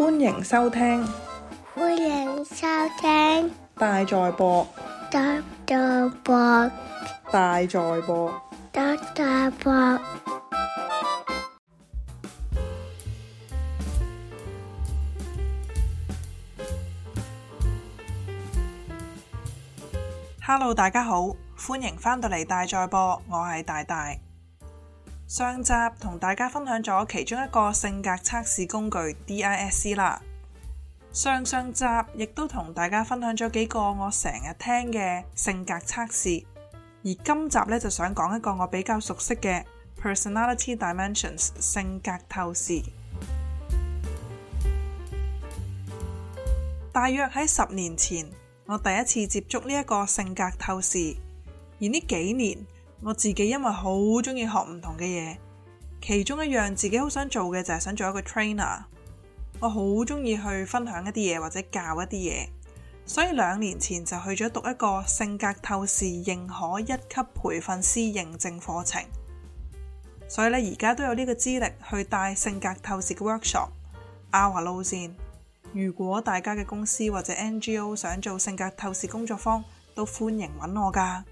歡迎收聽大在播。Hello， 大家好，歡迎返到嚟大在播，我係大大。上集同大家分享咗其中一個性格測試工具 DISC 啦。上集亦都同大家分享咗幾個我成日聽嘅性格測試，而今集呢，就想講一個我比較熟悉嘅 Personality Dimensions 性格透視。大約喺10年前，我第一次接觸呢一個性格透視，而呢幾年我自己因為好中意學唔同嘅嘢，其中一樣自己好想做嘅就係想做一個 trainer。我好中意去分享一啲嘢或者教一啲嘢，所以2年前就去咗讀一個性格透視認可1級培訓師認證課程。所以咧而家都有呢個資歷去帶性格透視嘅 workshop， 拗下路線。如果大家嘅公司或者 NGO 想做性格透視工作坊，都歡迎揾我㗎。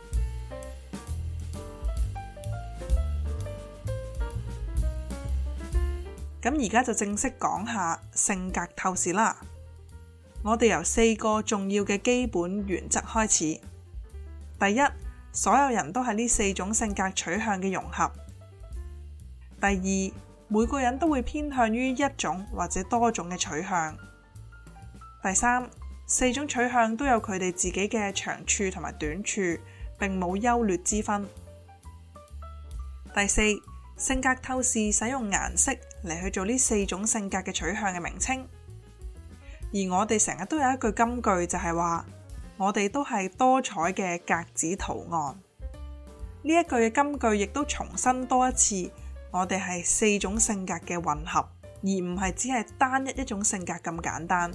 咁而家就正式講下性格透視啦。我哋由4個重要嘅基本原則開始。第一，所有人都係呢4種性格取向嘅融合。第二，每個人都會偏向於一種或者多種嘅取向。第三，4種取向都有佢哋自己嘅長處同埋短處，並冇優劣之分。第四，性格透視使用顏色嚟去做呢4種性格嘅取向嘅名稱。而我哋成日都有一句金句，就係話我哋都係多彩嘅格子圖案。呢一句嘅金句亦都重申多一次，我哋係4種性格嘅混合，而唔係只係單一種性格咁簡單。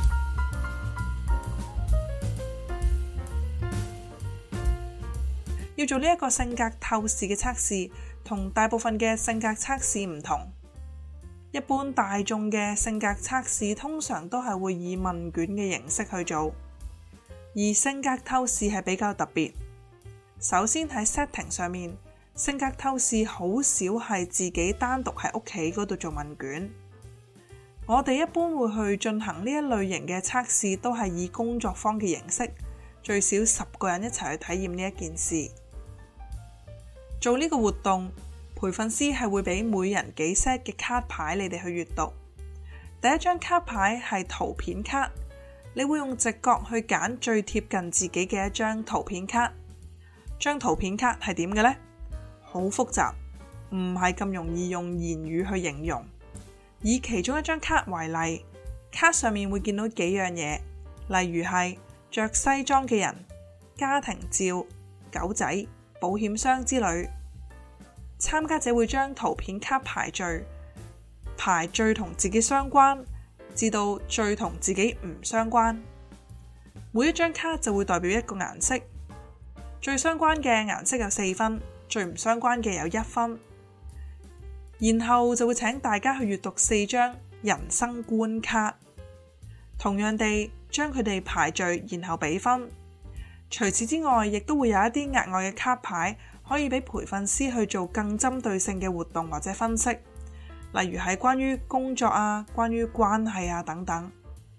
要做呢一個性格透視嘅測試，同大部分嘅性格測試唔同。一般大眾嘅性格測試通常都係會以問卷嘅形式去做，而性格透視係比較特別。首先喺 setting 上面，性格透視好少係自己單獨喺屋企嗰度做問卷。我哋一般會去進行呢一類型嘅測試，都係以工作坊嘅形式，最少10個人一齊去體驗呢一件事。做呢個活動，培訓師係會俾每人幾 set 嘅卡牌你哋去閱讀。第一張卡牌係圖片卡，你會用直覺去揀最貼近自己嘅一張圖片卡。張圖片卡係點嘅呢？好複雜，唔係咁容易用言語去形容。以其中一張卡為例，卡上面會見到幾樣嘢，例如係着西裝嘅人、家庭照、狗仔、保險箱之類。參加者會將圖片卡排最同自己相關，至到最同自己唔相關。每一張卡就會代表一個顏色，最相關嘅顏色有4分，最唔相關嘅有1分。然後就會請大家去閱讀4張人生觀卡，同樣地將佢哋排序，然後比分。除此之外，亦都會有一啲額外嘅卡牌，可以俾培訓師去做更針對性嘅活動或者分析，例如係關於工作啊、關於關係啊等等。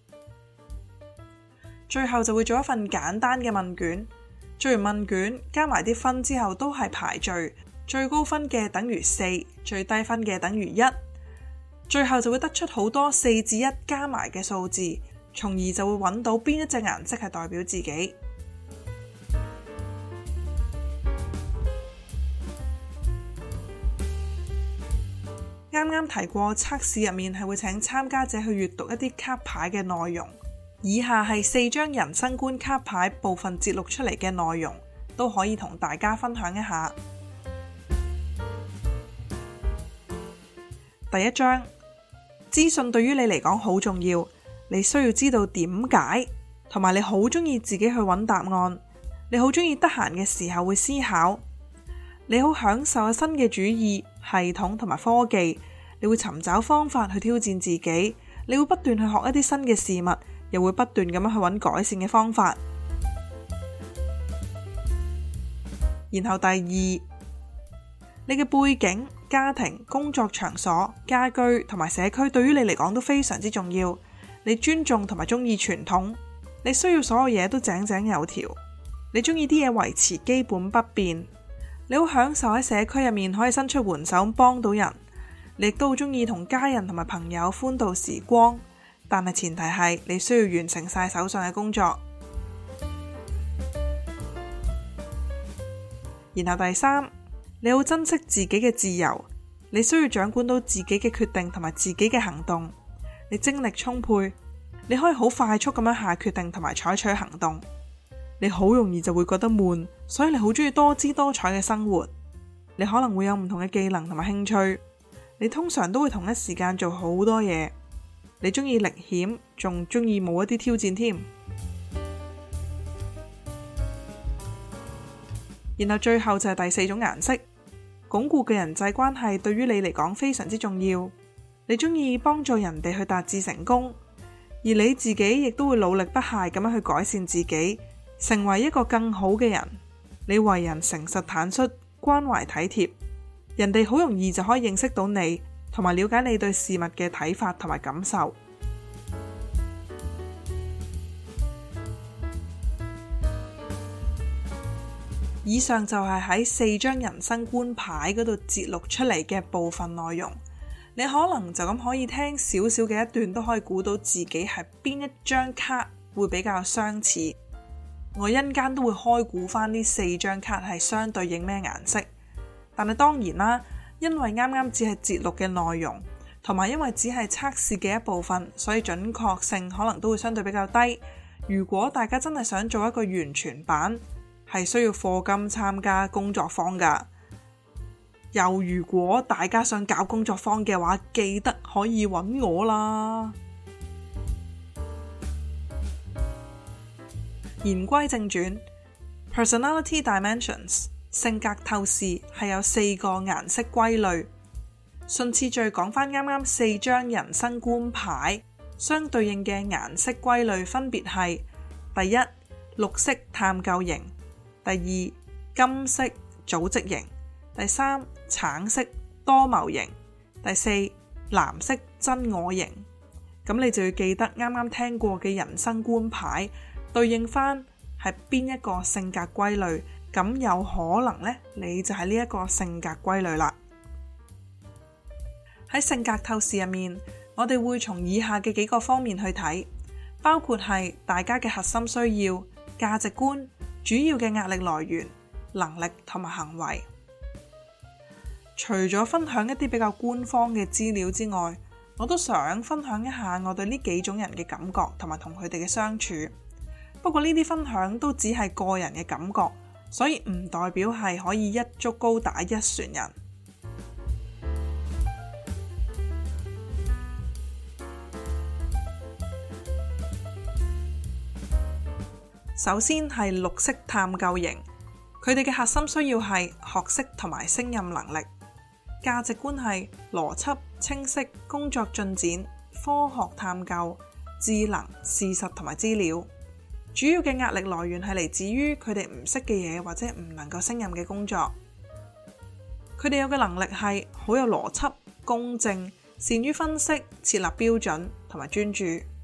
最後就會做一份簡單嘅問卷，做完問卷加埋啲分之後都係排序，最高分嘅等於4，最低分嘅等於1，最後就會得出好多4至1加埋嘅數字，從而就會揾到邊一隻顏色係代表自己。啱啱提過，測試入面係會請參加者去閱讀一啲卡牌嘅內容。以下係4張人生觀卡牌部分節錄出嚟嘅內容，都可以同大家分享一下。第一張，資訊對於你嚟講好重要，你需要知道點解，同埋你好中意自己去揾答案，你好中意得閒嘅時候會思考，你好享受新嘅主意、系統同埋科技，你會尋找方法去挑戰自己， 你會不斷去學一啲新嘅事物，又會不斷咁樣去揾改善嘅方法。然後第二，你嘅背景、家庭、工作場所、家居同埋社區對於你嚟講都非常之重要。你尊重同埋中意傳統，你需要所有嘢都井井有條，你中意啲嘢維持基本不變，你好享受喺社區入面可以伸出援手幫到人，你亦都好中意同家人同埋朋友歡度時光，但係前提係你需要完成晒手上嘅工作。然後第三，你好珍惜自己嘅自由，你需要掌管到自己嘅決定同埋自己嘅行動，你精力充沛，你可以好快速咁樣下決定同埋採取行動，你好容易就會覺得悶，所以你好中意多姿多彩嘅生活，你可能會有唔同嘅技能同埋興趣，你通常都會同一時間做好多嘢，你中意歷險，仲中意冒一啲挑戰添。然後最後就係第四種顏色，鞏固嘅人際關係對於你嚟講非常之重要。你中意幫助人哋去達至成功，而你自己亦都會努力不懈咁樣去改善自己，成為一個更好嘅人。你為人誠實坦率，關懷體貼，人哋好容易就可以認識到你，同埋了解你對事物嘅睇法同埋感受。以上就係喺4張人生觀牌嗰度節錄出嚟嘅部分內容。你可能就咁可以聽少少嘅一段，都可以估到自己係邊一張卡會比較相似。我一陣間都會開估翻呢4張卡係相對應咩顏色。但係當然啦，因為啱啱只係節錄嘅內容，同埋因為只係測試嘅一部分，所以準確性可能都會相對比較低。如果大家真係想做一個完全版，係需要課金參加工作坊㗎。又如果大家想搞工作坊嘅話，記得可以揾我啦。言歸正傳， Personality Dimensions 性格透視係有4個顏色歸類。順次序講返啱啱4張人生觀牌相對應嘅顏色歸類，分別係：第一，綠色探究型；第二，金色組織型；第三，橙色多謀型；第四，藍色真我型。咁你就要記得啱啱聽過嘅人生觀牌對應翻係邊一個性格歸類，咁有可能呢，你就係呢一個性格歸類啦。喺性格透視入面，我哋會從以下嘅幾個方面去睇，包括係大家嘅核心需要、價值觀、主要嘅壓力來源、能力同埋行為。除咗分享一啲比較官方嘅資料之外，我都想分享一下我對呢幾種人嘅感覺同埋同佢哋嘅相處。不過呢啲分享都只係個人嘅感覺，所以唔代表係可以一竹篙打一船人。首先係綠色探究型，佢哋嘅核心需要係學識同埋勝任能力，價值觀係邏輯、清晰、工作進展、科學探究、智能、事實同埋資料。主要嘅壓力來源係嚟自於佢哋唔識嘅嘢或者唔能夠勝任嘅工作。佢哋有嘅能力係好有邏輯、公正、善於分析、設立標準同埋專注。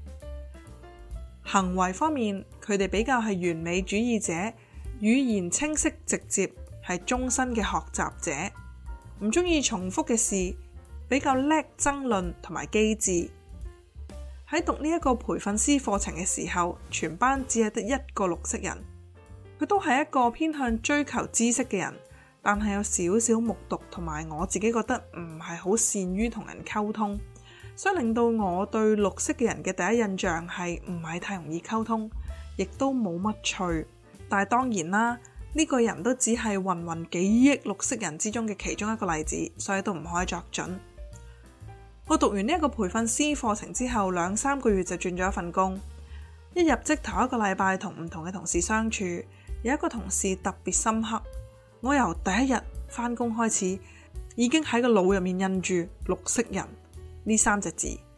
行為方面，佢哋比較係完美主義者，語言清晰直接，係終身嘅學習者，唔中意重複嘅事，比較叻爭論同埋機智。喺讀呢一個培訓師課程嘅時候，全班只係得一個綠色人，佢都係一個偏向追求知識嘅人，但係有少少木獨，同埋我自己覺得唔係好善於同人溝通，所以令到我對綠色嘅人嘅第一印象係唔係太容易溝通，亦都冇乜趣。但係當然啦，呢個人都只係芸芸幾億綠色人之中嘅其中一個例子，所以都唔可以作準。我讀完呢一個培訓師課程之後，2-3個月就轉咗一份工。一入職頭一個禮拜同唔同嘅同事相處，有一個同事特別深刻，我由第一日返工開始已經喺個腦入面印住綠色人呢3隻字。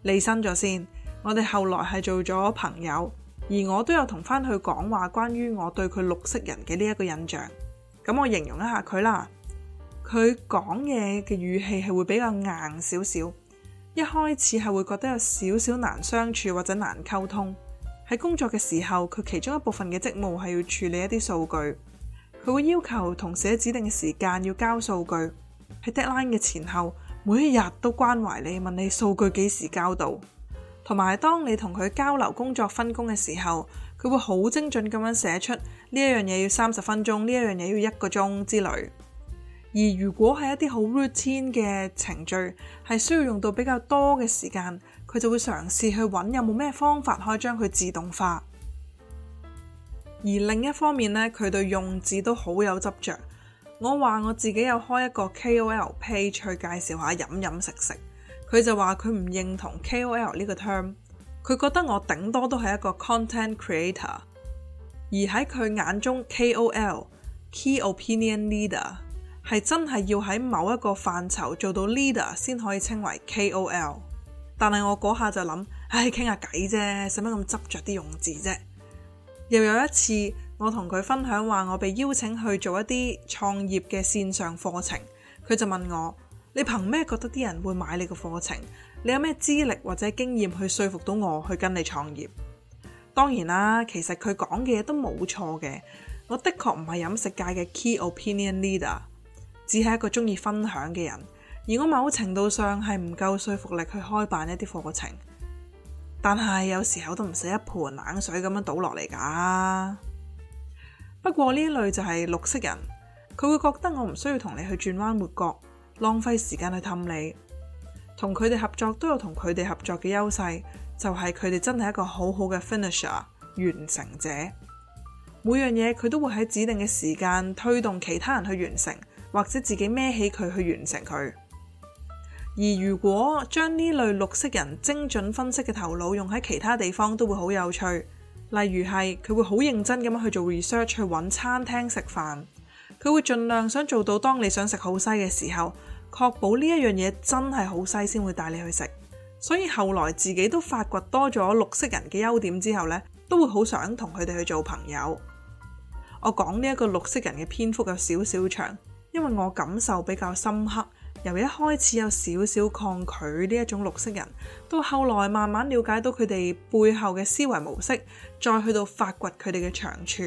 離身咗先。我哋後來係做咗朋友，而我都有同翻佢講話關於我對佢綠色人嘅呢一個印象。咁我形容一下佢啦，佢講嘢嘅語氣係會比較硬少少，一開始係會覺得有少少難相處或者難溝通。喺工作嘅時候，佢其中一部分嘅職務係要處理一啲數據，佢會要求同事喺指定嘅時間要交數據，喺 deadline 嘅前後，每一日都關懷你，問你數據幾時交到。同埋當你同佢交流工作分工嘅時候，佢會好精準咁樣寫出呢一樣嘢要30分鐘，呢一樣嘢要1個鐘之類。而如果係一啲好 routine 嘅程序，係需要用到比較多嘅時間，佢就會嘗試去揾有冇咩方法可以將佢自動化。而另一方面呢，佢對用字都好有執着。我話我自己有開一個 KOL page 去介紹下飲飲食食，佢就話佢唔認同 KOL 呢個 term， 佢覺得我頂多都係一個 content creator， 而喺佢眼中 KOL Key Opinion Leader 係真係要喺某一個範疇做到 leader 先可以稱為 KOL。但係我嗰下就諗，傾下偈啫，使乜咁執着啲用字啫。又有一次我同佢分享話我被邀請去做一啲創業嘅線上課程，佢就問我，你憑咩覺得啲人會買你個課程？你有咩資歷或者經驗去說服到我去跟你創業？當然啦，其實佢講嘅嘢都冇錯嘅。我的確唔係飲食界嘅 Key Opinion Leader， 只係一個中意分享嘅人。而我某程度上係唔夠說服力去開辦一啲課程，但係有時候都唔使一盆冷水咁樣倒落嚟㗎。不過呢一類就係綠色人，佢會覺得我唔需要同你去轉彎抹角，浪費時間去氹你。同佢哋合作都有同佢哋合作嘅優勢，就係佢哋真係一個好好嘅 finisher 完成者。每樣嘢佢都會喺指定嘅時間推動其他人去完成，或者自己孭起佢去完成佢。而如果將呢類綠色人精準分析嘅頭腦用喺其他地方，都會好有趣。例如係佢會好認真咁樣去做 research， 去揾餐廳食飯。佢會盡量想做到當你想食好西嘅時候，確保呢一樣嘢真係好西先會帶你去食。所以後來自己都發掘多咗綠色人嘅優點之後呢，都會好想同佢哋去做朋友。我講呢一個綠色人嘅篇幅有少少長，因為我感受比較深刻。由一開始有少少抗拒呢一種綠色人，到後來慢慢了解到佢哋背後嘅思維模式，再去到發掘佢哋嘅長處。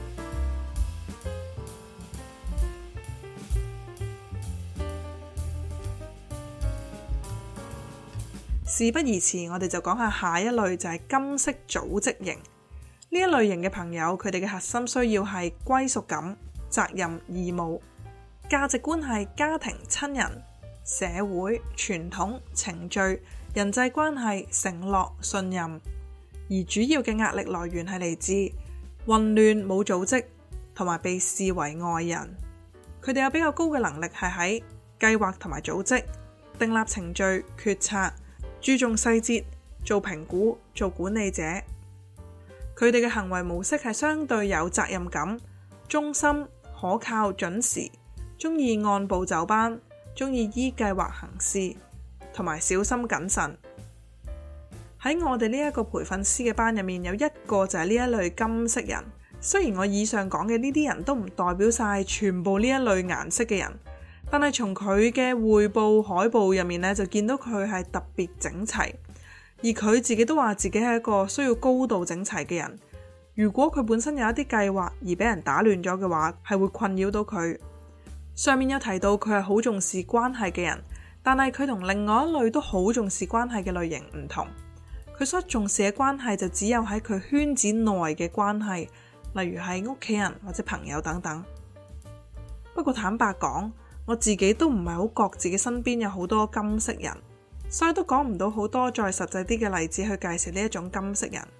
事不宜遲，我哋就講下一類，就係金色組織型。呢一類型嘅朋友，佢哋嘅核心需要係歸屬感、責任、義務。價值觀係家庭、親人、社會、傳統、程序、人際關係、承諾、信任。而主要嘅壓力來源係嚟自混亂、冇組織同埋被視為外人。佢哋有比較高嘅能力係喺計劃同埋組織、訂立程序、決策、注重細節、做評估、做管理者。佢哋嘅行為模式係相對有責任感、忠心、可靠、準時，中意按部就班，中意依計劃行事，同埋小心謹慎。喺我哋呢一個培訓師嘅班入面，有一個就係呢一類金色人。雖然我以上講嘅呢啲人都唔代表晒全部呢一類顏色嘅人，但係從佢嘅匯報海報入面呢，就見到佢係特別整齊。而佢自己都話自己係一個需要高度整齊嘅人。如果佢本身有一啲計劃而俾人打亂咗嘅話，係會困擾到佢。上面有提到佢係好重視關係嘅人，但係佢同另外一類都好重視關係嘅類型唔同。佢所重視嘅關係就只有喺佢圈子內嘅關係，例如係屋企人或者朋友等等。不過坦白講，我自己都唔係好覺自己身邊有好多金色人，所以都講唔到好多再實際啲嘅例子去介紹呢一種金色人。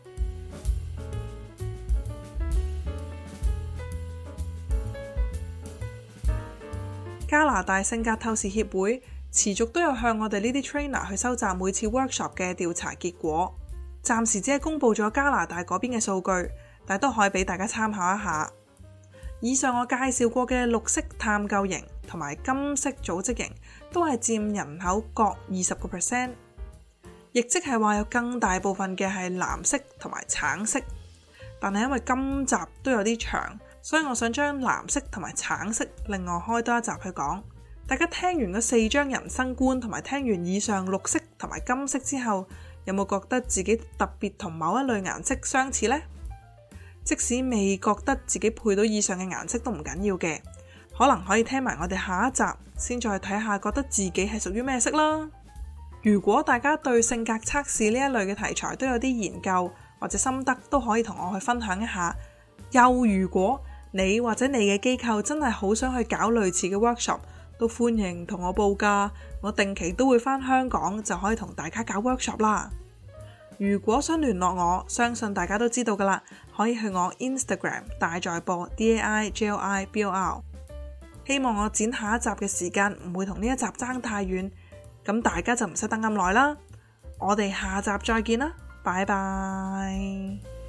加拿大性格透視協會持續都有向我哋呢啲 trainer 去收集每次 workshop 嘅調查結果，暫時只係公布咗加拿大嗰邊嘅數據，但都可以俾大家參考一下。以上我介紹過嘅綠色探究型同埋金色組織型都係佔人口各 20%。 亦即係話有更大部分嘅係藍色同埋橙色。但係因為今集都有啲長，所以我想將藍色同埋橙色另外開多一集去講。大家聽完嗰4張人生觀同埋聽完以上綠色同埋金色之後，有冇覺得自己特別同某一類顏色相似呢？即使未覺得自己配到以上嘅顏色都唔緊要嘅，可能可以聽埋我哋下一集先再睇下覺得自己係屬於咩色啦。如果大家對性格測試呢一類嘅題材都有啲研究或者心得，都可以同我去分享一下。又如果你或者你嘅機構真係好想去搞類似嘅 workshop， 都歡迎同我報價，我定期都會返香港，就可以同大家搞 workshop 啦。如果想聯絡我，相信大家都知道㗎喇，可以去我 Instagram 大在播 DAIJOIBOR。希望我剪下一集嘅時間唔會同呢一集爭太遠，咁大家就唔使等咁耐啦。我哋下集再見啦，拜拜。